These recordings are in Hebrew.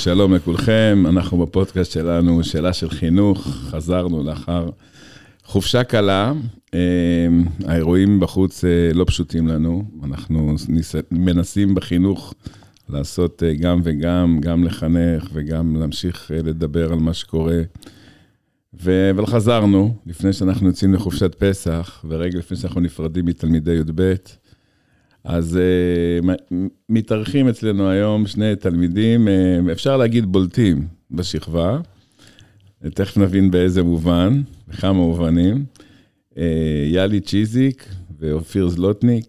שלום לכולכם, אנחנו בפודקאסט שלנו, שאלה של חינוך, חזרנו לאחר חופשה קלה, האירועים בחוץ לא פשוטים לנו, אנחנו מנסים בחינוך לעשות גם וגם, גם לחנך וגם להמשיך לדבר על מה שקורה, אבל חזרנו, לפני שאנחנו יוצאים לחופשת פסח, ורגע לפני שאנחנו נפרדים מתלמידי י"ב, אז מתארחים אצלנו היום שני תלמידים, אפשר להגיד בולטים בשכבה, תכף נבין באיזה מובן, בכמה מובנים, יאלי צ'יזיק ואופיר זלוטניק,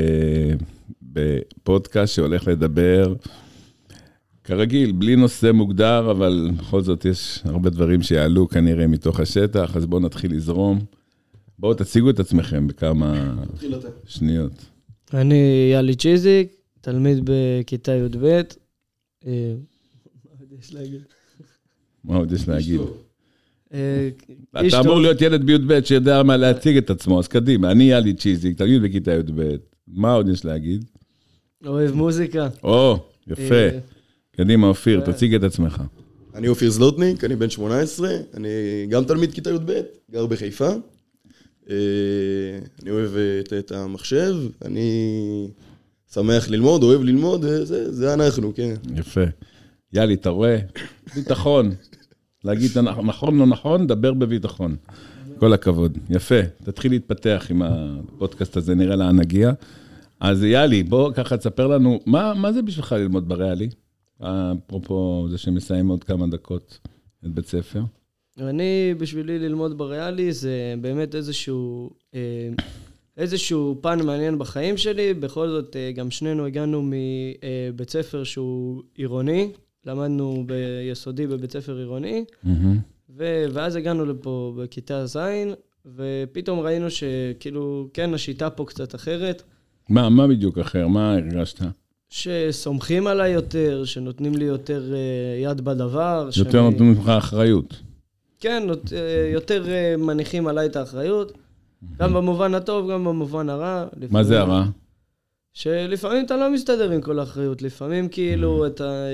בפודקאסט שהולך לדבר, כרגיל, בלי נושא מוגדר, אבל בכל זאת יש הרבה דברים שיעלו כנראה מתוך השטח, אז בואו נתחיל לזרום. בואו תציגו את עצמכם בכמה שניות. אני יאלי צ'יזיק, תלמיד בכיתה י"ב. מה עוד יש להגיד? אתה אמור להיות ילד בי"ב שיודע מה להציג את עצמו, אז קדימה, אני יאלי צ'יזיק, תלמיד בכיתה י"ב. מה עוד יש להגיד? אוהב מוזיקה. יפה. קדימה, אופיר, תציג את עצמך. אני אופיר זלוטניק, אני בן 18, אני גם תלמיד כיתה י"ב, גר בחיפה. אני אוהב את המחשב, אני שמח ללמוד, אוהב ללמוד, זה אנחנו, כן. יפה. יאלי, אתה רואה? ביטחון. להגיד נכון לא נכון, דבר בביטחון. כל הכבוד. יפה. תתחיל להתפתח עם הפודקאסט הזה, נראה לאן נגיע. אז יאלי, בוא ככה תספר לנו, מה זה בשבילך ללמוד בריאלי? אפרופו זה שמסיים עוד כמה דקות את בית ספר. אני, בשבילי ללמוד בריאלי, זה באמת איזשהו פן מעניין בחיים שלי. בכל זאת, גם שנינו הגענו מבית ספר שהוא עירוני, למדנו ביסודי בבית ספר עירוני, ואז הגענו לפה בכיתה ז', ופתאום ראינו שכאילו, כן, השיטה פה קצת אחרת. מה בדיוק אחר? מה הרגשת? שסומכים עליי יותר, שנותנים לי יותר יד בדבר. יותר נותנים לך אחריות. כן, יותר מניחים עליי את האחריות, גם במובן הטוב, גם במובן הרע. מה זה הרע? שלפעמים אתה לא מסתדר עם כל האחריות, לפעמים כאילו אתה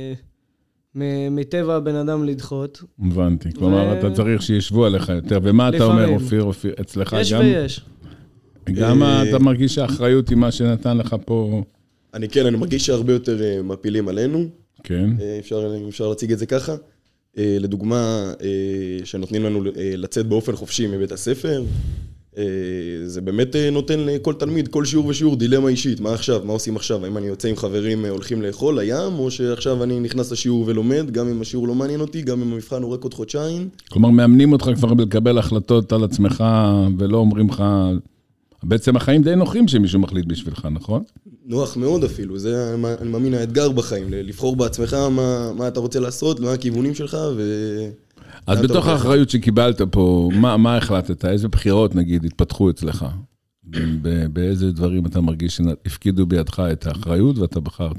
מטבע הבן אדם לדחות. הבנתי, כלומר אתה צריך שישבו עליך יותר, ומה אתה אומר אופיר, אצלך גם? יש ויש. גם אתה מרגיש שהאחריות היא מה שנתן לך פה? אני מרגיש שהרבה יותר מפילים עלינו. כן. אפשר להציג את זה ככה. לדוגמה, שנותנים לנו לצאת באופן חופשי מבית הספר, זה באמת נותן לכל תלמיד, כל שיעור ושיעור, דילמה אישית. מה עכשיו? מה עושים עכשיו? האם אני יוצא עם חברים הולכים לאכול לים, או שעכשיו אני נכנס לשיעור ולומד, גם אם השיעור לא מעניין אותי, גם אם המבחן הוא רק עוד חודשיים. כלומר, מאמנים אותך כבר לקבל החלטות על עצמך, ולא אומרים לך, בעצם החיים די נוחים שמישהו מחליט בשבילך, נכון? נוח מאוד אפילו, זה אני מאמין האתגר בחיים, לבחור בעצמך מה אתה רוצה לעשות, מה הכיוונים שלך אז בתוך האחריות שקיבלת פה, מה החלטת? איזה בחירות נגיד התפתחו אצלך? באיזה דברים אתה מרגיש שהפקידו בידך את האחריות ואתה בחרת?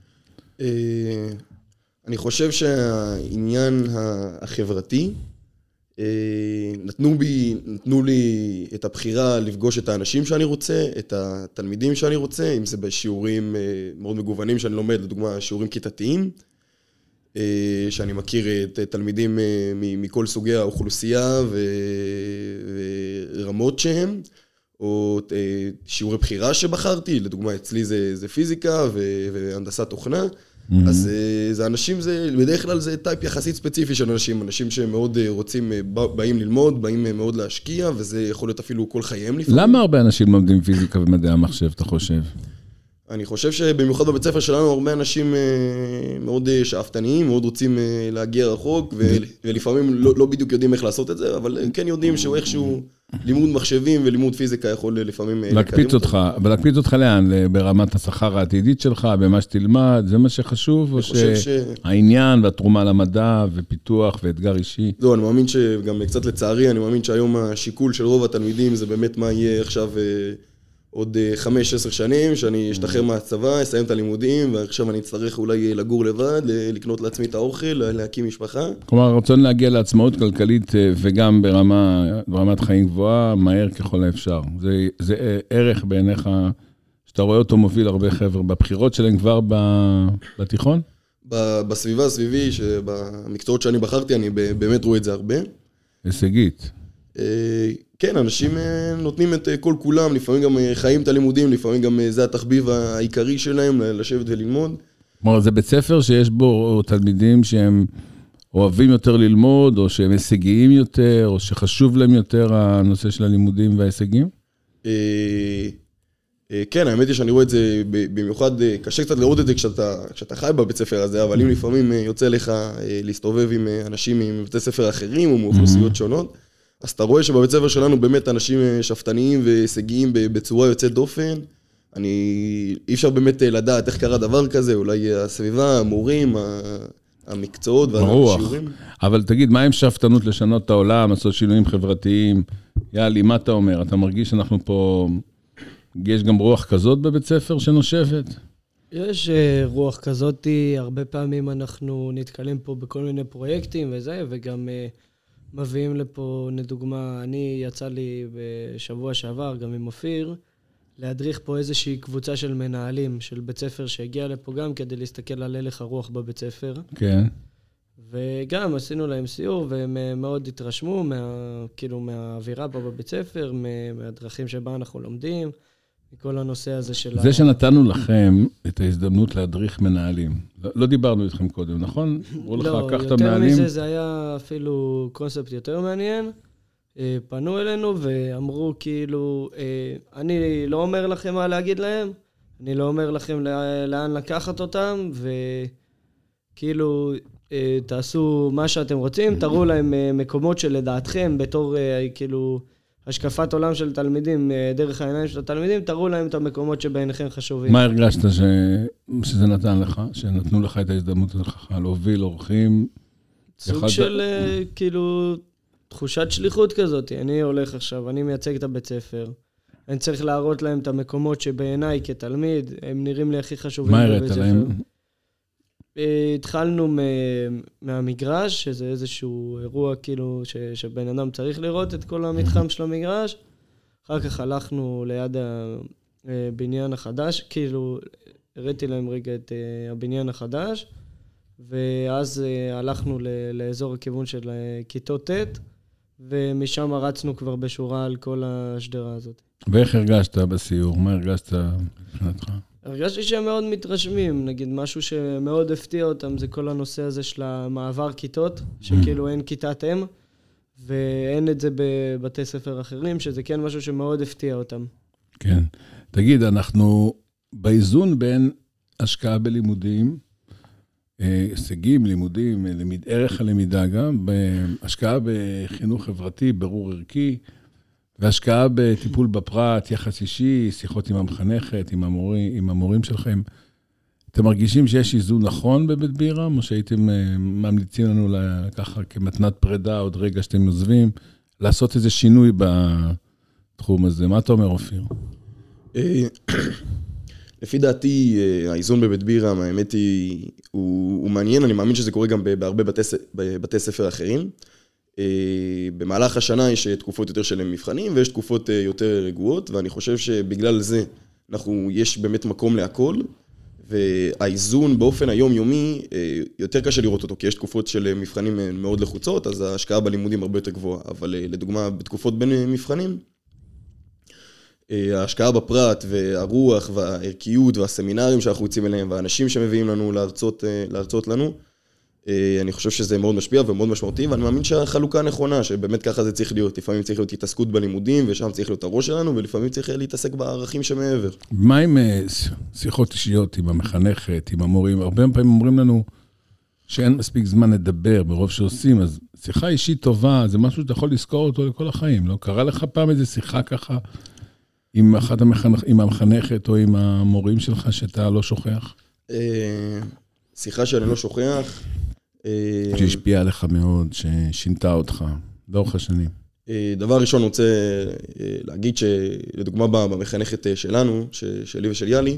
אני חושב שהעניין החברתי, נתנו לי את הבחירה לפגוש את האנשים שאני רוצה, את התלמידים שאני רוצה, אם זה בשיעורים מאוד מגוונים שאני לומד, לדוגמה שיעורים כיתתיים, שאני מכיר את תלמידים מכל סוגי האוכלוסייה ורמות שהם, או שיעורי בחירה שבחרתי, לדוגמה אצלי זה פיזיקה והנדסת תוכנה, אז זה אנשים, בדרך כלל זה טייפ יחסית ספציפי של אנשים שמאוד רוצים, באים ללמוד, באים מאוד להשקיע, וזה יכול להיות אפילו כל חייהם לפעמים. למה הרבה אנשים לומדים פיזיקה ומדעי המחשב, אתה חושב? אני חושב שבמיוחד בבית ספר שלנו, הרבה אנשים מאוד שאפתניים, מאוד רוצים להגיע רחוק, ולפעמים לא בדיוק יודעים איך לעשות את זה, אבל כן יודעים שהוא איכשהו לימוד מחשבים ולימוד פיזיקה יכול לפעמים להקפיץ אותך, אבל להקפיץ אותך לאן? ברמת השכר העתידית שלך, במה שתלמד, זה מה שחשוב? או שהעניין והתרומה למדע ופיתוח ואתגר אישי? לא, אני מאמין שגם קצת לצערי, אני מאמין שהיום השיקול של רוב התלמידים זה באמת מה יהיה עכשיו עוד 5-10 שנים, שאני אשתחרר מהצבא, אסיים את הלימודים, ועכשיו אני אצטרך אולי לגור לבד, לקנות לעצמי את האוכל, להקים משפחה. כלומר, רצון להגיע לעצמאות כלכלית וגם ברמת חיים גבוהה, מהר ככל האפשר. זה ערך בעיניך, שאתה רואה אותו מוביל הרבה חבר'ה בבחירות שלהם כבר בתיכון? בסביבה סביבי, שבמקצועות שאני בחרתי, אני באמת רואה את זה הרבה. הישגית. כן, אנשים נותנים את כל כולם, לפעמים גם חיים את הלימודים, לפעמים גם זה התחביב העיקרי שלהם, לשבת וללמוד. כלומר, זה בית ספר שיש בו תלמידים שהם אוהבים יותר ללמוד, או שהם הישגיים יותר, או שחשוב להם יותר הנושא של הלימודים וההישגים? כן, האמת היא שאני רואה את זה במיוחד, קשה קצת לראות את זה כשאתה חי בבית ספר הזה, אבל אם לפעמים יוצא לך להסתובב עם אנשים מבתי ספר אחרים, או מאוכלוסיות שונות, אז אתה רואה שבבית ספר שלנו באמת אנשים שפטניים והישגיים בצורה יוצאת דופן. אי אפשר באמת לדעת איך קרה דבר כזה, אולי הסביבה, המורים, המקצועות והשיעורים. אבל תגיד, מה עם שאפתנות לשנות את העולם, לעשות שינויים חברתיים? יאללה, מה אתה אומר? אתה מרגיש שאנחנו פה, יש גם רוח כזאת בבית ספר שנושבת? יש רוח כזאת, הרבה פעמים אנחנו נתקלים פה בכל מיני פרויקטים וזה, וגם מביאים לפה, לדוגמה, יצא לי בשבוע שעבר, גם עם אופיר, להדריך פה איזושהי קבוצה של מנהלים של בית ספר שהגיע לפה גם כדי להסתכל על הלך הרוח בבית ספר. כן. וגם עשינו להם סיור, והם מאוד התרשמו מהאווירה פה בבית ספר, מהדרכים שבה אנחנו לומדים, מכל הנושא הזה של... זה שנתנו לכם את ההזדמנות להדריך מנהלים. לא דיברנו איתכם קודם, נכון? לא, יותר מזה זה היה אפילו קונספט יותר מעניין. פנו אלינו ואמרו כאילו, אני לא אומר לכם מה להגיד להם, אני לא אומר לכם לאן לקחת אותם, וכאילו תעשו מה שאתם רוצים, תראו להם מקומות שלדעתכם בתור כאילו השקפת עולם של תלמידים, דרך העיניים של התלמידים, תראו להם את המקומות שבעיניכם חשובים. מה הרגשת שזה נתן לך, שנתנו לך את ההזדמנות שלך להוביל אורחים? סוג של כאילו... תחושת שליחות כזאת, אני הולך עכשיו, אני מייצג את הבית ספר, אני צריך להראות להם את המקומות שבעיניי כתלמיד, הם נראים לי הכי חשובים בבית ספר. מה הראית להם? התחלנו מהמגרש, שזה איזשהו אירוע כאילו שבן אדם צריך לראות את כל המתחם של המגרש, אחר כך הלכנו ליד הבניין החדש, כאילו הראיתי להם רגע את הבניין החדש, ואז הלכנו לאזור הכיוון של כיתות ט', ומשם רצנו כבר בשורה על כל השדרה הזאת. ואיך הרגשת בסיור? מה הרגשת מבחינתך? הרגשתי שהם מאוד מתרשמים, נגיד משהו שמאוד הפתיע אותם, זה כל הנושא הזה של המעבר כיתות, שכאילו אין כיתת אם, ואין את זה בבתי ספר אחרים, שזה כן משהו שמאוד הפתיע אותם. כן. תגיד, אנחנו באיזון בין השקעה בלימודים, הישגים, לימודים, ערך הלמידה גם, השקעה בחינוך חברתי, ברור ערכי, והשקעה בטיפול בפרט, יחס אישי, שיחות עם המחנכת, עם המורים שלכם. אתם מרגישים שיש איזון נכון בבית בירם, או שהייתם ממליצים לנו ככה כמתנת פרידה, עוד רגע שאתם עוזבים, לעשות איזה שינוי בתחום הזה? מה אתה אומר, אופיר? לפי דעתי, האיזון בבית בירם, האמת היא, הוא מעניין, אני מאמין שזה קורה גם בהרבה בתי ספר אחרים. במהלך השנה יש תקופות יותר של מבחנים, ויש תקופות יותר רגועות, ואני חושב שבגלל זה יש באמת מקום להכל, והאיזון באופן היומיומי יותר קשה לראות אותו, כי יש תקופות של מבחנים מאוד לחוצות, אז ההשקעה בלימודים הרבה יותר גבוהה, אבל לדוגמה, בתקופות בין מבחנים, ההשקעה בפרט והרוח והערכיות והסמינרים שאנחנו יוצאים אליהם והאנשים שמביאים לנו להרצות לנו, אני חושב שזה מאוד משפיע ומאוד משמעותי, ואני מאמין שהחלוקה נכונה, שבאמת ככה זה צריך להיות. לפעמים צריך להיות התעסקות בלימודים, ושם צריך להיות הראש שלנו, ולפעמים צריך להתעסק בערכים שמעבר. מה עם שיחות אישיות עם המחנכת, עם המורים? הרבה פעמים אומרים לנו שאין מספיק זמן לדבר ברוב שעושים, אז שיחה אישית טובה, זה משהו שאתה יכול לזכור אותו לכל החיים, לא? קרה לך פעם איזו שיחה ככה עם המחנכת או עם המורים שלך שאתה לא שוכח? שיחה שאני לא שוכח. שהשפיעה עליך מאוד, ששינתה אותך, לאורך השנים. דבר ראשון, אני רוצה להגיד שלדוגמה במחנכת שלנו, שלי ושל יאלי,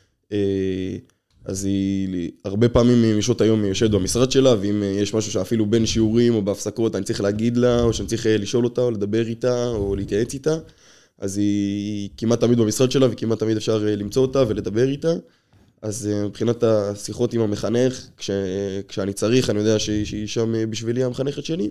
אז היא הרבה פעמים משעות היום יושבת במשרד שלה, ואם יש משהו שאפילו בין שיעורים או בהפסקות, אני צריך להגיד לה, או שאני צריך לשאול אותה, או לדבר איתה, או להתייעץ איתה, אז היא כמעט תמיד במשרד שלה, וכמעט תמיד אפשר למצוא אותה ולדבר איתה. אז מבחינת השיחות עם המחנך, כשאני צריך, אני יודע שהיא שם בשבילי המחנכת שלי.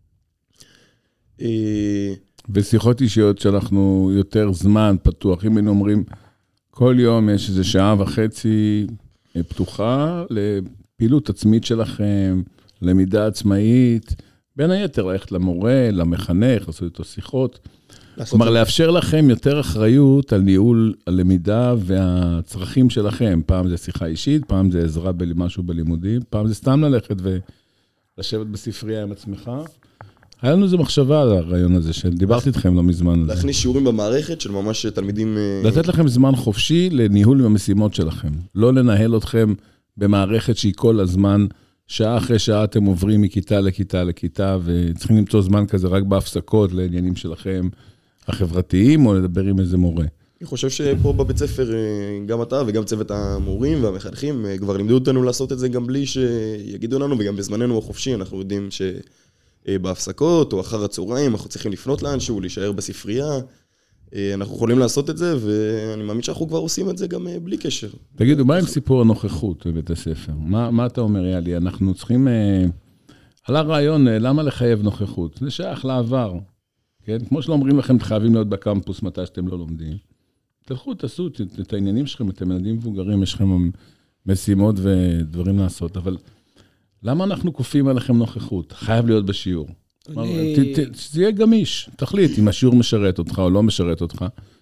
ושיחות אישיות שאנחנו יותר זמן פתוח, אם היינו אומרים, כל יום יש איזה שעה וחצי פתוחה לפעילות עצמית שלכם, למידה עצמאית, בין היתר ללכת למורה, למחנך, לעשות איתו שיחות. כלומר, לאפשר לכם יותר אחריות על ניהול הלמידה והצרכים שלכם. פעם זה שיחה אישית, פעם זה עזרה במשהו בלימודים, פעם זה סתם ללכת ולשבת בספרייה עם עצמך. היה לנו איזו מחשבה על הרעיון הזה, שדיברתי איתכם לא מזמן. להכניס שיעורים במערכת של ממש תלמידים... לתת לכם זמן חופשי לניהול המשימות שלכם. לא לנהל אתכם במערכת שהיא כל הזמן, שעה אחרי שעה אתם עוברים מכיתה לכיתה לכיתה, וצריכים למצוא זמן כזה רק בהפסקות לעניינים שלכם החברתיים, או לדבר עם איזה מורה. אני חושב שפה בבית ספר, גם אתה וגם צוות המורים והמחנכים, כבר לימדו אותנו לעשות את זה גם בלי שיגידו לנו, וגם בזמננו החופשי, אנחנו יודעים בהפסקות או אחר הצהריים, אנחנו צריכים לפנות לאנשהו, להישאר בספרייה. אנחנו יכולים לעשות את זה, ואני מאמין שאנחנו כבר עושים את זה גם בלי קשר. תגידו, מה עם סיפור הנוכחות בבית הספר? מה אתה אומר, יאלי? אנחנו צריכים... על הרעיון, למה לחייב נוכחות? זה שייך לעבר. כן? כמו שלא אומרים לכם, חייבים להיות בקמפוס מתי שאתם לא לומדים. תלכו, תעשו את העניינים שלכם, אתם ילדים מבוגרים, יש לכם משימות ודברים לעשות, אבל... למה אנחנו כופים עליכם נוכחות? חייב להיות בשיעור. זה יהיה גמיש. תחליט אם השיעור משרת אותך או לא משרת אותך.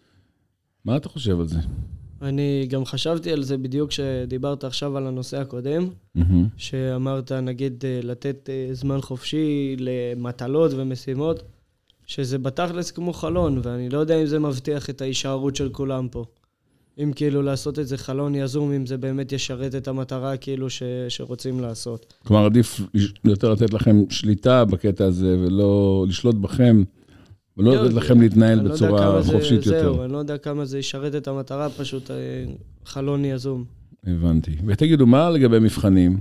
מה אתה חושב על זה? אני גם חשבתי על זה בדיוק שדיברת עכשיו על הנושא הקודם, שאמרת, נגיד, לתת זמן חופשי למטלות ומשימות, שזה בתכלס כמו חלון, ואני לא יודע אם זה מבטיח את ההישארות של כולם פה. אם כאילו לעשות את זה חלון יזום, אם זה באמת ישרת את המטרה כאילו שרוצים לעשות. כלומר, עדיף יותר לתת לכם שליטה בקטע הזה, ולא לשלוט בכם, ולא לתת לכם להתנהל בצורה חופשית יותר. זהו, אני לא יודע כמה זה ישרת את המטרה, פשוט חלון יזום. הבנתי. ותגידו, מה לגבי מבחנים?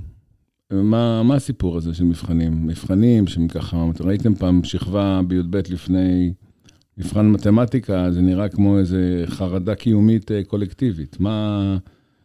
מה הסיפור הזה של מבחנים? מבחנים שככה, ראיתם פעם שכבה בי"ב לפני... מבחן מתמטיקה, זה נראה כמו איזה חרדה קיומית קולקטיבית. מה...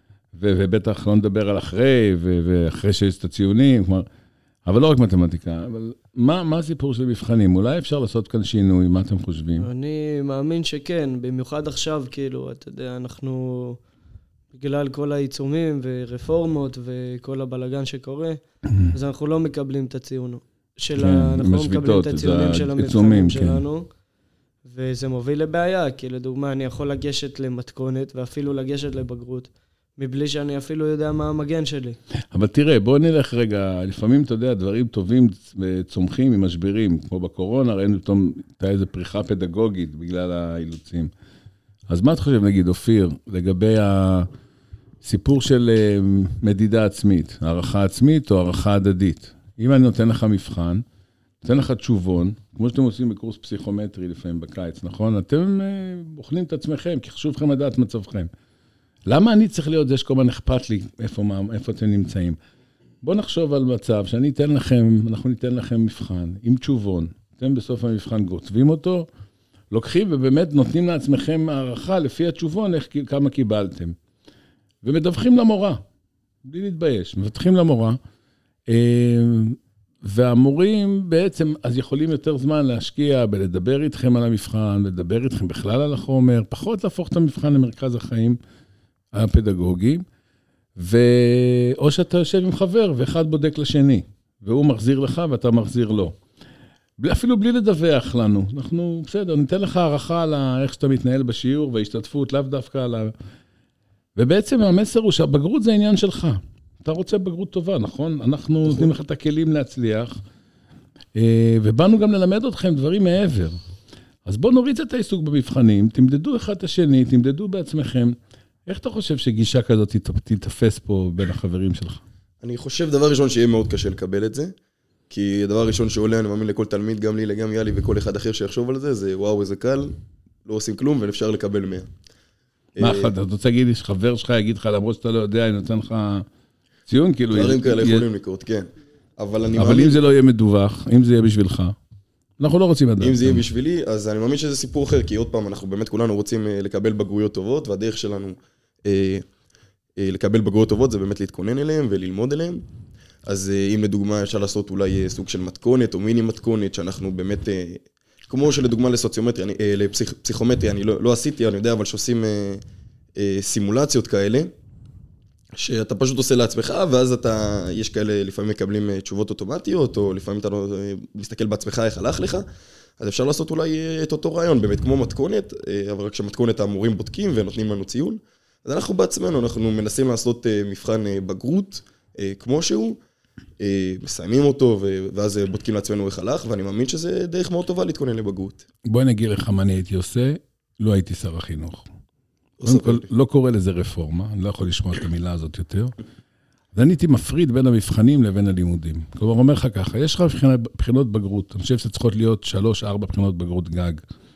ובטח לא נדבר על אחרי, ואחרי שיש את הציונים, כלומר, אבל לא רק מתמטיקה, אבל מה הסיפור של מבחנים? אולי אפשר לעשות כאן שינוי, מה אתם חושבים? אני מאמין שכן, במיוחד עכשיו, כאילו, אתה יודע, אנחנו, בגלל כל העיצומים ורפורמות וכל הבלגן שקורה, אז אנחנו לא מקבלים את הציון אנחנו לא מקבלים את הציונים של המבחנים שלנו. וזה מוביל לבעיה, כי לדוגמה אני יכול לגשת למתכונת ואפילו לגשת לבגרות, מבלי שאני אפילו יודע מה המגן שלי. אבל תראה, בוא נלך רגע, לפעמים אתה יודע, דברים טובים צומחים עם משברים, כמו בקורונה, ראינו פתאום איזו פריחה פדגוגית בגלל האילוצים. אז מה אתה חושב, נגיד, אופיר, לגבי הסיפור של מדידה עצמית, הערכה עצמית או הערכה הדדית? אם אני נותן לך מבחן, נותן לך תשובון, כמו שאתם עושים בקורס פסיכומטרי לפעמים בקיץ, נכון? אתם בוחנים את עצמכם, כי חשוב לכם לדעת מצבכם. למה אני צריך להיות זה שכל הזמן אכפת לי איפה אתם נמצאים? בואו נחשוב על מצב שאני אתן לכם, אנחנו ניתן לכם מבחן עם תשובון. אתם בסוף המבחן גוטבים אותו, לוקחים ובאמת נותנים לעצמכם הערכה לפי התשובון, כמה קיבלתם. ומדווחים למורה, בלי להתבייש, מבטחים למורה, והמורים בעצם אז יכולים יותר זמן להשקיע בלדבר איתכם על המבחן, לדבר איתכם בכלל על החומר, פחות להפוך את המבחן למרכז החיים הפדגוגיים, או שאתה יושב עם חבר ואחד בודק לשני, והוא מחזיר לך ואתה מחזיר לו. אפילו בלי לדווח לנו, אנחנו בסדר, ניתן לך הערכה על איך שאתה מתנהל בשיעור וההשתתפות, לאו דווקא על ובעצם המסר הוא שהבגרות זה עניין שלך. אתה רוצה בגרות טובה, נכון? אנחנו נותנים לך את הכלים להצליח, ובאנו גם ללמד אתכם דברים מעבר. אז בואו נוריד את העיסוק במבחנים, תמדדו אחד את השני, תמדדו בעצמכם. איך אתה חושב שגישה כזאת תתפס פה בין החברים שלך? אני חושב דבר ראשון שיהיה מאוד קשה לקבל את זה, כי הדבר ראשון שעולה, אני מאמין לכל תלמיד, גם לי, גם יאלי וכל אחד אחר שיחשוב על זה, זה וואו, איזה קל, לא עושים כלום ואפשר לקבל 100. מה, אתה רוצה להגיד לי שחבר שלך יגיד לך, למרות שאתה לא יודע, אני נותן לך ציון, כאילו... דברים כאלה יכולים לקרות, כן. אבל אם זה לא יהיה מדווח, אם זה יהיה בשבילך, אנחנו לא רוצים לדעת. אם זה יהיה בשבילי, אז אני מאמין שזה סיפור אחר, כי עוד פעם, אנחנו באמת כולנו רוצים לקבל בגרויות טובות, והדרך שלנו לקבל בגרויות טובות, זה באמת להתכונן אליהם וללמוד אליהם. אז אם לדוגמה אפשר לעשות אולי סוג של מתכונת או מיני מתכונת, שאנחנו באמת, כמו שלדוגמה לסוציומטרי, לפסיכומטרי, אני לא עשיתי, אני יודע, אבל שעושים סימולציות כאלה, שאתה פשוט עושה לעצמך, ואז יש כאלה לפעמים מקבלים תשובות אוטומטיות, או לפעמים אתה מסתכל בעצמך איך הלך לך, אז אפשר לעשות אולי את אותו רעיון, באמת כמו מתכונת, אבל רק שמתכונת המורים בודקים ונותנים לנו ציון, אז אנחנו בעצמנו, אנחנו מנסים לעשות מבחן בגרות, כמו שהוא, מסיימים אותו, ואז בודקים לעצמנו איך הלך, ואני מאמין שזה דרך מאוד טובה להתכונן לבגרות. בואי נגיד לך מה אני הייתי עושה, לא הייתי שר החינוך. לא קורא לזה רפורמה, אני לא יכול לשמוע את המילה הזאת יותר. ואני הייתי מפריד בין המבחנים לבין הלימודים. כלומר, אומר לך ככה, יש לך בחינות בגרות, אני חושב שצריכות להיות 3-4 בחינות בגרות גג.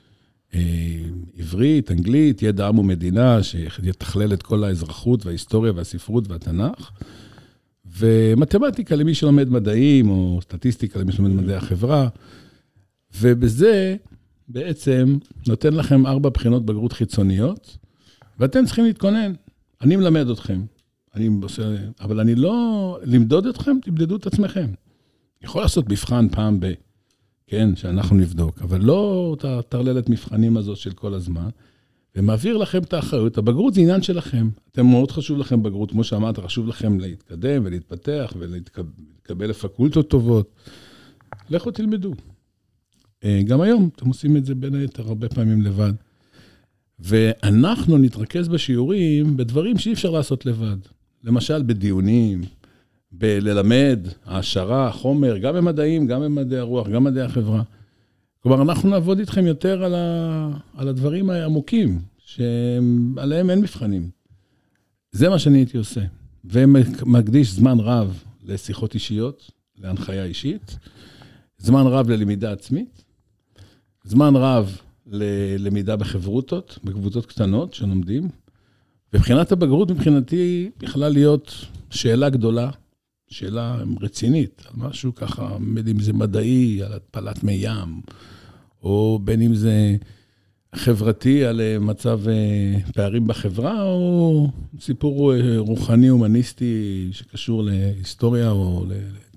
עברית, אנגלית, ידע עם ומדינה, שיתכלל את כל האזרחות וההיסטוריה והספרות והתנ"ך. ומתמטיקה למי שלומד מדעים, או סטטיסטיקה למי שלומד מדעי החברה. ובזה בעצם נותן לכם 4 בחינות בגרות חיצוניות, ואתם צריכים להתכונן. אני מלמד אתכם. אבל אני לא... למדוד אתכם, תמדדו את עצמכם. יכול לעשות מבחן פעם כן, שאנחנו נבדוק, אבל לא את הטרללת מבחנים הזאת של כל הזמן, ומעביר לכם את האחריות. הבגרות זה עניין שלכם. אתם מאוד חשוב לכם בגרות, כמו שאמרת, חשוב לכם להתקדם ולהתפתח ולהתקבל לפקולטות טובות. לכו תלמדו. גם היום אתם עושים את זה בין היתר הרבה פעמים לבד. ואנחנו נתרכז בשיעורים בדברים שאי אפשר לעשות לבד. למשל בדיונים, בללמד, העשרה, חומר, גם במדעים, גם במדעי הרוח, גם במדעי החברה. כלומר, אנחנו נעבוד איתכם יותר על הדברים העמוקים, שעליהם אין מבחנים. זה מה שאני הייתי עושה. ומקדיש זמן רב לשיחות אישיות, להנחיה אישית, זמן רב ללמידה עצמית, זמן רב ללמידה בחברותות, בקבוצות קטנות שלומדים, ובחינת הבגרות מבחינתי יכלה להיות שאלה גדולה, שאלה רצינית, על משהו ככה, בין אם זה מדעי, על התפלת מי ים, או בין אם זה חברתי, על מצב פערים בחברה, או סיפור רוחני, הומניסטי, שקשור להיסטוריה, או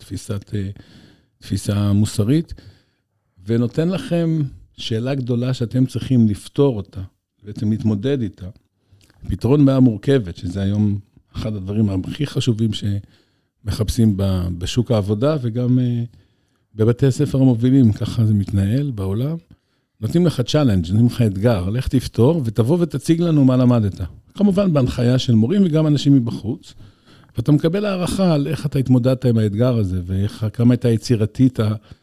לתפיסה מוסרית, ונותן לכם שאלה גדולה שאתם צריכים לפתור אותה, ואתם להתמודד איתה. פתרון בעיה מורכבת, שזה היום אחד הדברים הכי חשובים שמחפשים בשוק העבודה, וגם בבתי הספר המובילים, ככה זה מתנהל בעולם. נותנים לך צ'אלנג', נותנים לך אתגר, לך תפתור, ותבוא ותציג לנו מה למדת. כמובן בהנחיה של מורים וגם אנשים מבחוץ, ואתה מקבל הערכה על איך אתה התמודדת עם האתגר הזה, וכמה הייתה יצירתית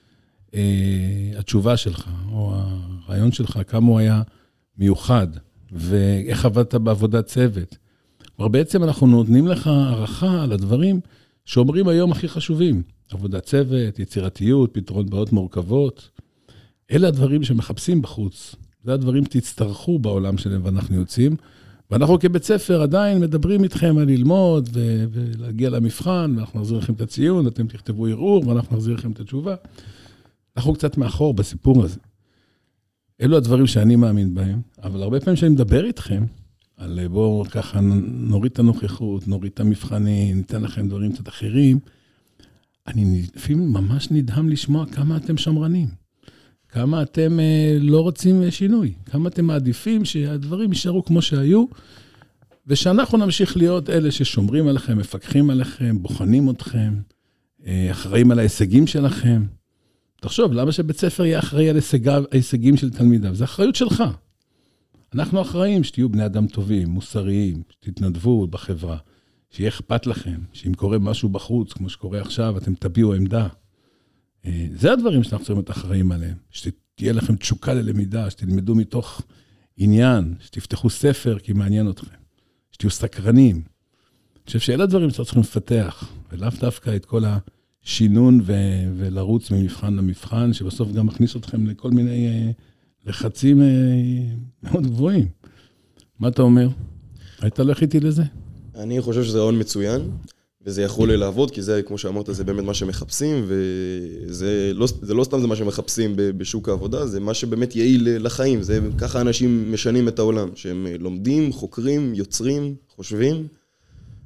התשובה שלך, או הרעיון שלך, כמה הוא היה מיוחד, ואיך עבדת בעבודת צוות. כבר בעצם אנחנו נותנים לך הערכה על הדברים שאומרים היום הכי חשובים. עבודת צוות, יצירתיות, פתרון בעיות מורכבות. אלה הדברים שמחפשים בחוץ. זה הדברים שתצטרכו בעולם שלהם ואנחנו יוצאים. ואנחנו כבית ספר עדיין מדברים איתכם על ללמוד ולהגיע למבחן, ואנחנו נחזיר לכם את הציון, אתם תכתבו ערעור, ואנחנו נחזיר לכם את התשובה. אנחנו קצת מאחור בסיפור הזה. אלו הדברים שאני מאמין בהם, אבל הרבה פעמים שאני מדבר איתכם, על בואו ככה נוריד את הנוכחות, נוריד את המבחנים, ניתן לכם דברים קצת אחרים, אני לפעמים ממש נדהם לשמוע כמה אתם שמרנים, כמה אתם לא רוצים שינוי, כמה אתם מעדיפים שהדברים יישארו כמו שהיו, ושאנחנו נמשיך להיות אלה ששומרים עליכם, מפקחים עליכם, בוחנים אתכם, אחראים על ההישגים שלכם. תחשוב, למה שבית ספר יהיה אחראי על ההישגים של תלמידיו? זה אחריות שלך. אנחנו אחראים שתהיו בני אדם טובים, מוסריים, שתתנדבו בחברה, שיהיה אכפת לכם, שאם קורה משהו בחוץ, כמו שקורה עכשיו, אתם תביעו עמדה. זה הדברים שאנחנו צריכים להיות אחראים עליהם, שתהיה לכם תשוקה ללמידה, שתלמדו מתוך עניין, שתפתחו ספר כי מעניין אתכם, שתהיו סקרנים. אני חושב שאלה הדברים שאנחנו צריכים לפתח, ולאו דווקא את כל השינון ולרוץ ממבחן למבחן, שבסוף גם מכניס אתכם לכל מיני לחצים מאוד גבוהים. מה אתה אומר? היית הולך איתי לזה? אני חושב שזה רעיון מצוין, וזה יכול לעבוד, כי זה, כמו שאמרת, זה באמת מה שמחפשים, וזה לא סתם זה מה שמחפשים בשוק העבודה, זה מה שבאמת יעיל לחיים, זה ככה אנשים משנים את העולם, שהם לומדים, חוקרים, יוצרים, חושבים,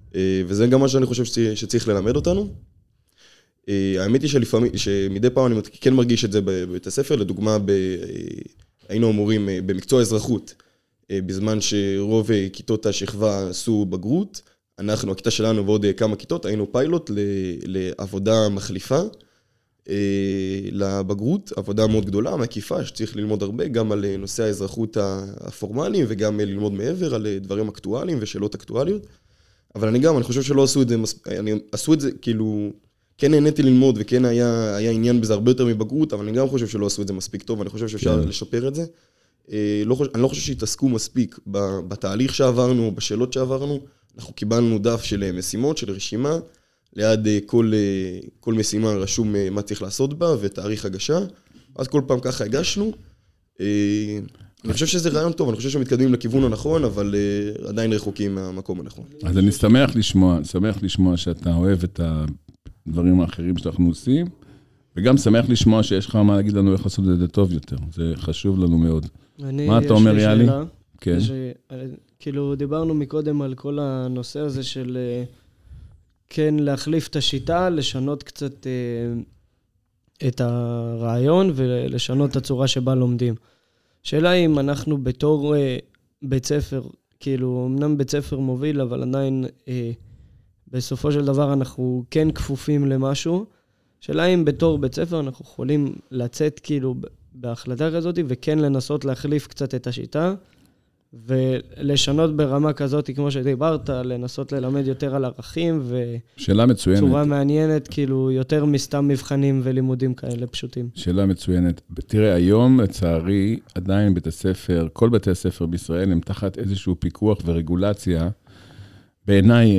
וזה גם מה שאני חושב שצריך ללמד אותנו. האמת היא שמדי פעם אני כן מרגיש את זה בבית הספר, לדוגמה, היינו אמורים במקצוע אזרחות, בזמן שרוב כיתות השכבה עשו בגרות, אנחנו, הכיתה שלנו ועוד כמה כיתות, היינו פיילוט לעבודה מחליפה לבגרות, עבודה מאוד גדולה, מקיפה, שצריך ללמוד הרבה, גם על נושא האזרחות הפורמליים, וגם ללמוד מעבר על דברים אקטואליים ושאלות אקטואליות. אבל אני חושב שלא עשו את זה, עשו את זה כאילו, כן נהניתי ללמוד, וכן היה עניין בזה הרבה יותר מבגרות, אבל אני גם חושב שלא עשו את זה מספיק טוב, אני חושב שאפשר לשפר את זה. אני לא חושב שהתעסקו מספיק בתהליך שעברנו, בשאלות שעברנו. אנחנו קיבלנו דף של משימות, של רשימה, ליד כל משימה רשום מה צריך לעשות בה, ותאריך הגשה. אז כל פעם ככה הגשנו. אני חושב שזה רעיון טוב, אני חושב שמתקדמים לכיוון הנכון, אבל עדיין רחוקים מהמקום הנכון. אז אני שמח לשמוע שאתה אוהב את הדברים האחרים שאנחנו עושים, וגם שמח לשמוע שיש לך מה להגיד לנו איך לעשות את זה טוב יותר. זה חשוב לנו מאוד. מה אתה אומר, יאלי? כן. כאילו, דיברנו מקודם על כל הנושא הזה של כן להחליף את השיטה, לשנות קצת את הרעיון ולשנות את הצורה שבה לומדים. שאלה אם אנחנו בתור בית ספר, כאילו, אמנם בית ספר מוביל, אבל עדיין בסופו של דבר אנחנו כן כפופים למשהו. שאלה אם בתור בית ספר אנחנו יכולים לצאת כאילו בהחלטה כזאת, וכן לנסות להחליף קצת את השיטה, ולשנות ברמה כזאת, כמו שדיברת, לנסות ללמד יותר על ערכים, שאלה מצוינת. צורה מעניינת, כאילו יותר מסתם מבחנים ולימודים כאלה פשוטים. שאלה מצוינת. תראה, היום, לצערי, עדיין בית הספר, כל בתי הספר בישראל, הם תחת איזשהו פיקוח ורגולציה, בעיניי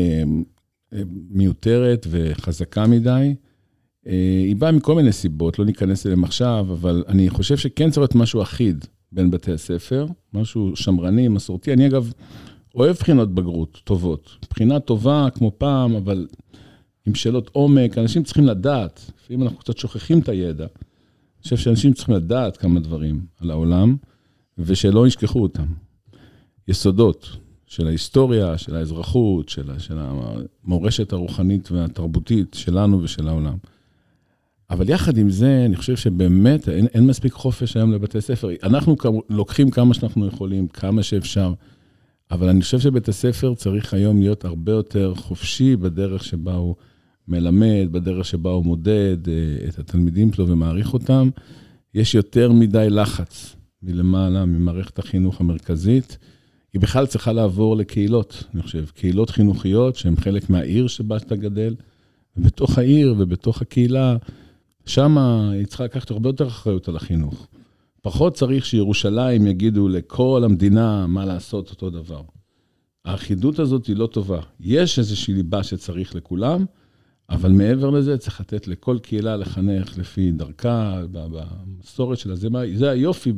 מיותרת וחזקה מדי. היא באה מכל מיני סיבות, לא ניכנס אליהם עכשיו, אבל אני חושב שכן צריך להיות משהו אחיד בין בתי הספר, משהו שמרני, מסורתי. אני אגב אוהב בחינות בגרות טובות. בחינה טובה כמו פעם, אבל עם שאלות עומק, אנשים צריכים לדעת, לפעמים אנחנו קצת שוכחים את הידע, אני חושב שאנשים צריכים לדעת כמה דברים על העולם, ושלא ישכחו אותם. יסודות של ההיסטוריה, של האזרחות, של המורשת הרוחנית והתרבותית שלנו ושל העולם. אבל יחד עם זה, אני חושב שבאמת אין מספיק חופש היום לבתי ספר. אנחנו לוקחים כמה שאנחנו יכולים, כמה שאפשר, אבל אני חושב שבית הספר צריך היום להיות הרבה יותר חופשי בדרך שבה הוא מלמד, בדרך שבה הוא מודד את התלמידים שלו ומעריך אותם. יש יותר מדי לחץ מלמעלה, ממערכת החינוך המרכזית. היא בכלל צריכה לעבור לקהילות, אני חושב, קהילות חינוכיות שהן חלק מהעיר שבה שאתה גדל, ובתוך העיר ובתוך הקהילה, שם היא צריכה לקחת הרבה יותר אחריות על החינוך. פחות צריך שירושלים יגידו לכל המדינה מה לעשות אותו דבר. האחידות הזאת היא לא טובה. יש איזושהי ליבה שצריך לכולם, אבל מעבר לזה צריך לתת לכל קהילה לחנך לפי דרכה, במסורת שלה. זה היופי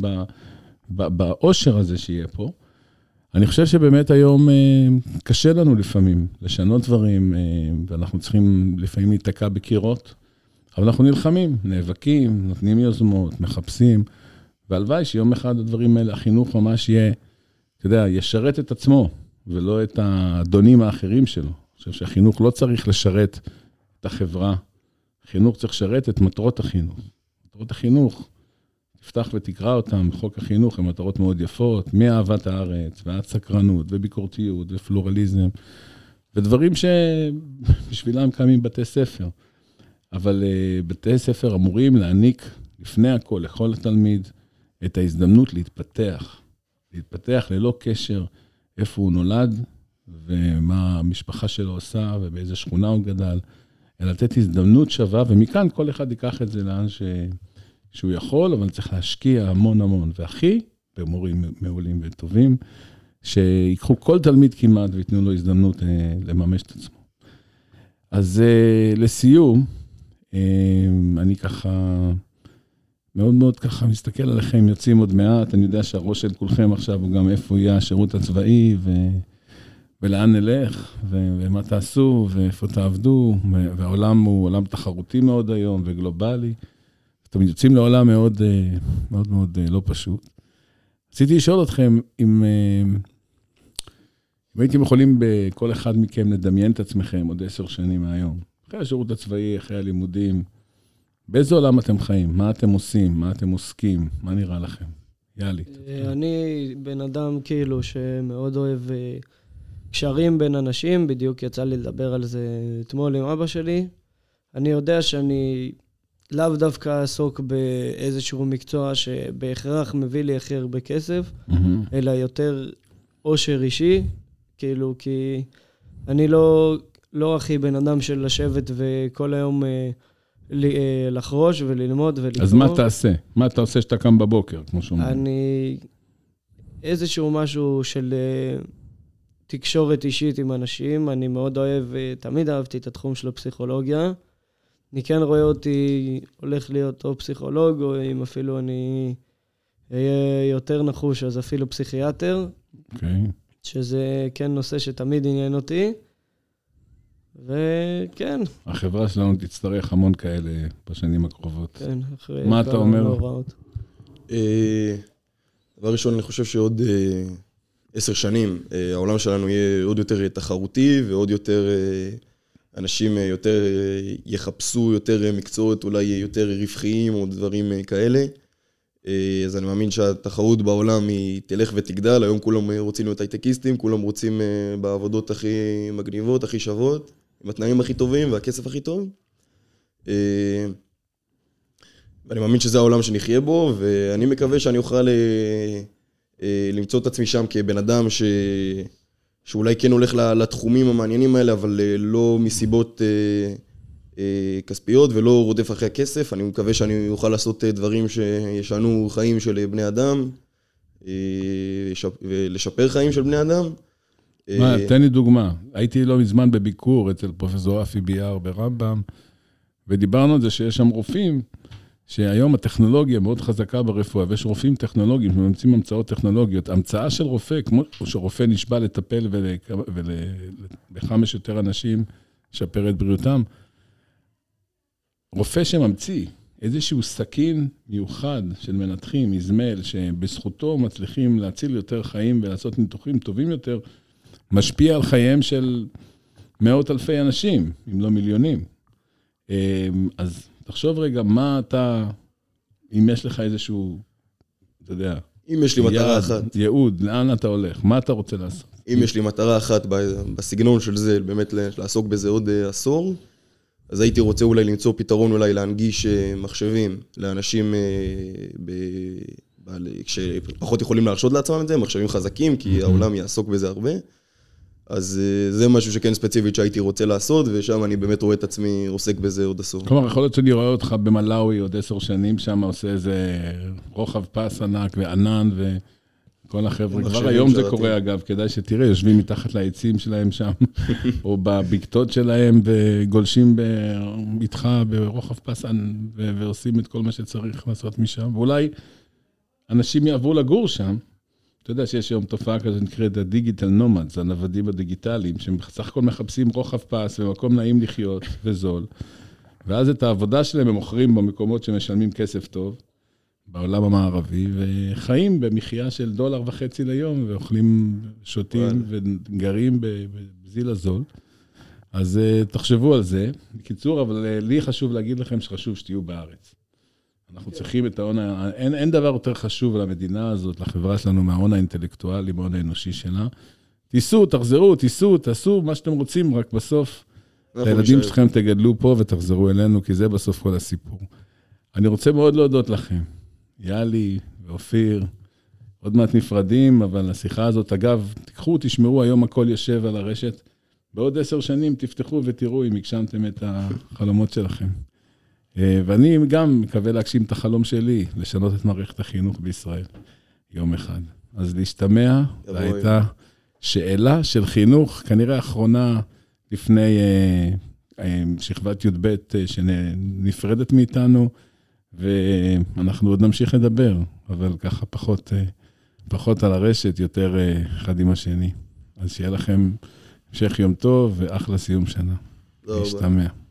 באושר הזה שיהיה פה. אני חושב שבאמת היום קשה לנו לפעמים לשנות דברים, ואנחנו צריכים לפעמים להתקע בקירות, אבל אנחנו נלחמים, נאבקים, נותנים יוזמות, מחפשים, והלוואי שיום אחד הדברים האלה, החינוך ממש יהיה, אתה יודע, ישרת את עצמו, ולא את האדונים האחרים שלו. אני חושב שהחינוך לא צריך לשרת את החברה, החינוך צריך לשרת את מטרות החינוך. מטרות החינוך, תפתח ותקרא אותם, חוק החינוך, הן מטרות מאוד יפות, מאהבת הארץ, ועד סקרנות, וביקורתיות, ופלורליזם, ודברים שבשבילם קמים בתי ספר. אבל בתי ספר אמורים להעניק לפני הכל, לכל התלמיד, את ההזדמנות להתפתח ללא קשר איפה הוא נולד, ומה המשפחה שלו עושה, ובאיזה שכונה הוא גדל, אלא לתת הזדמנות שווה, ומכאן כל אחד ייקח את זה לאן שהוא יכול, אבל צריך להשקיע המון המון, והכי במורים מעולים וטובים, שיקחו כל תלמיד כמעט, ויתנו לו הזדמנות לממש את עצמו. אז לסיום, אני ככה, מאוד מאוד ככה מסתכל עליכם, יוצאים עוד מעט, אני יודע שהראש של כולכם עכשיו הוא גם איפה יהיה השירות הצבאי, ולאן נלך, ומה תעשו, ואיפה תעבדו, והעולם הוא עולם תחרותי מאוד היום, וגלובלי. אתם יוצאים לעולם מאוד, מאוד מאוד לא פשוט. רציתי לשאול אתכם, אם הייתם יכולים בכל אחד מכם לדמיין את עצמכם עוד 10 שנים מהיום, אחרי השירות הצבאי, אחרי הלימודים, באיזה עולם אתם חיים? מה אתם עושים? מה אתם עוסקים? מה נראה לכם? יאללה. אני בן אדם כאילו שמאוד אוהב קשרים בין אנשים, בדיוק יצא לי לדבר על זה אתמול עם אבא שלי. אני יודע שאני לאו דווקא אעסוק באיזשהו מקצוע שבהכרח מביא לי הכי הרבה כסף, אלא יותר עושר אישי, כאילו, כי אני לא הכי בן אדם של לשבת וכל היום לחרוש וללמוד ולקרוא. אז מה תעשה? מה אתה עושה שאתה קם בבוקר, כמו שאומרים? איזשהו משהו של תקשורת אישית עם אנשים. אני מאוד אוהב, תמיד אהבתי את התחום של הפסיכולוגיה. אני כן רואה אותי הולך להיות או פסיכולוג, או אם אפילו אני אהיה יותר נחוש, אז אפילו פסיכיאטר. אוקיי. שזה כן נושא שתמיד עניין אותי. וכן. החברה שלנו תצטרך המון כאלה בשנים הקרובות. כן, אחרי... מה אתה אומר? דבר ראשון, אני חושב שעוד 10 שנים, העולם שלנו יהיה עוד יותר תחרותי, ועוד יותר אנשים יותר יחפשו יותר מקצועות, אולי יותר רווחיים או דברים כאלה. אז אני מאמין שהתחרות בעולם היא תלך ותגדל. היום כולם רוצים להיות הייטקיסטים, כולם רוצים בעבודות הכי מגניבות, הכי שוות, עם התנאים הכי טובים והכסף הכי טוב. ואני מאמין שזה העולם שנחיה בו, ואני מקווה שאני אוכל למצוא את עצמי שם כבן אדם שאולי כן הולך לתחומים המעניינים האלה, אבל לא מסיבות כספיות ולא רודף אחרי הכסף. אני מקווה שאני אוכל לעשות דברים שישנו חיים של בני אדם, ולשפר חיים של בני אדם. תן לי דוגמה. הייתי לא מזמן בביקור אצל פרופסור אפי ביאר ברמב"ם, ודיברנו על זה שיש שם רופאים, שהיום הטכנולוגיה מאוד חזקה ברפואה, ויש רופאים טכנולוגיים שממצאים המצאות טכנולוגיות. המצאה של רופא, כמו שרופא נשבע לטפל ולכמה שיותר אנשים לשפר את בריאותם, רופא שממציא איזשהו סכין מיוחד של מנתחים, מזמל, שבזכותו מצליחים להציל יותר חיים ולעשות ניתוחים טובים יותר, משפיע על חייהם של מאות אלפי אנשים, אם לא מיליונים. אז תחשוב רגע, מה אתה, אם יש לך איזשהו, אתה יודע, אם יש לי מטרה אחת. ייעוד, לאן אתה הולך? מה אתה רוצה לעשות? אם יש לי מטרה אחת בסגנון של זה, באמת לעסוק בזה עוד עשור, אז הייתי רוצה אולי למצוא פתרון, אולי להנגיש מחשבים לאנשים שפחות יכולים להרשות לעצמם את זה, מחשבים חזקים, כי העולם יעסוק בזה הרבה. אז זה משהו שכן ספציפית שהייתי רוצה לעשות, ושם אני באמת רואה את עצמי עוסק בזה עוד עשור. כלומר, יכול להיות שאני רואה אותך במלאווי עוד 10 שנים, שם עושה איזה רוחב פס ענק וענן וכל החבר'ה. כבר היום זה קורה אגב, כדאי שתראה, יושבים מתחת לעצים שלהם שם, או בבקתות שלהם, וגולשים איתך ברוחב פס ועושים את כל מה שצריך לעשות משם. ואולי אנשים יעברו לגור שם, אתה יודע שיש היום תופעה כזאת נקראת הדיגיטל נומדס, הנוודים הדיגיטליים, שבסך הכל מחפשים רוחב פס ומקום נעים לחיות וזול, ואז את העבודה שלהם הם מוכרים במקומות שמשלמים כסף טוב, בעולם המערבי, וחיים במחיה של $1.50 ליום, ואוכלים, שותים וגרים בזיל הזול. אז תחשבו על זה. בקיצור, אבל לי חשוב להגיד לכם שחשוב שתהיו בארץ. אנחנו צריכים את ההון, אין דבר יותר חשוב למדינה הזאת, לחברה שלנו, מההון האינטלקטואלי, מההון האנושי שלה. תיסעו, תחזרו, תיסעו, תעשו מה שאתם רוצים, רק בסוף, הילדים שלכם תגדלו פה ותחזרו אלינו, כי זה בסוף כל הסיפור. אני רוצה מאוד להודות לכם, יאלי ואופיר, עוד מעט נפרדים, אבל השיחה הזאת, אגב, תיקחו, תשמעו, היום הכל יושב על הרשת, בעוד 10 שנים תפתחו ותראו אם הגשמתם את החלומות שלכם. ואני גם מקווה להגשים את החלום שלי, לשנות את מערכת החינוך בישראל, יום אחד. אז להשתמע, זו הייתה שאלה של חינוך, כנראה האחרונה לפני שכבת י"ב שנפרדת מאיתנו, ואנחנו עוד נמשיך לדבר, אבל ככה פחות על הרשת, יותר אחד עם השני. אז שיהיה לכם המשך יום טוב ואחלה סיום שנה. להשתמע.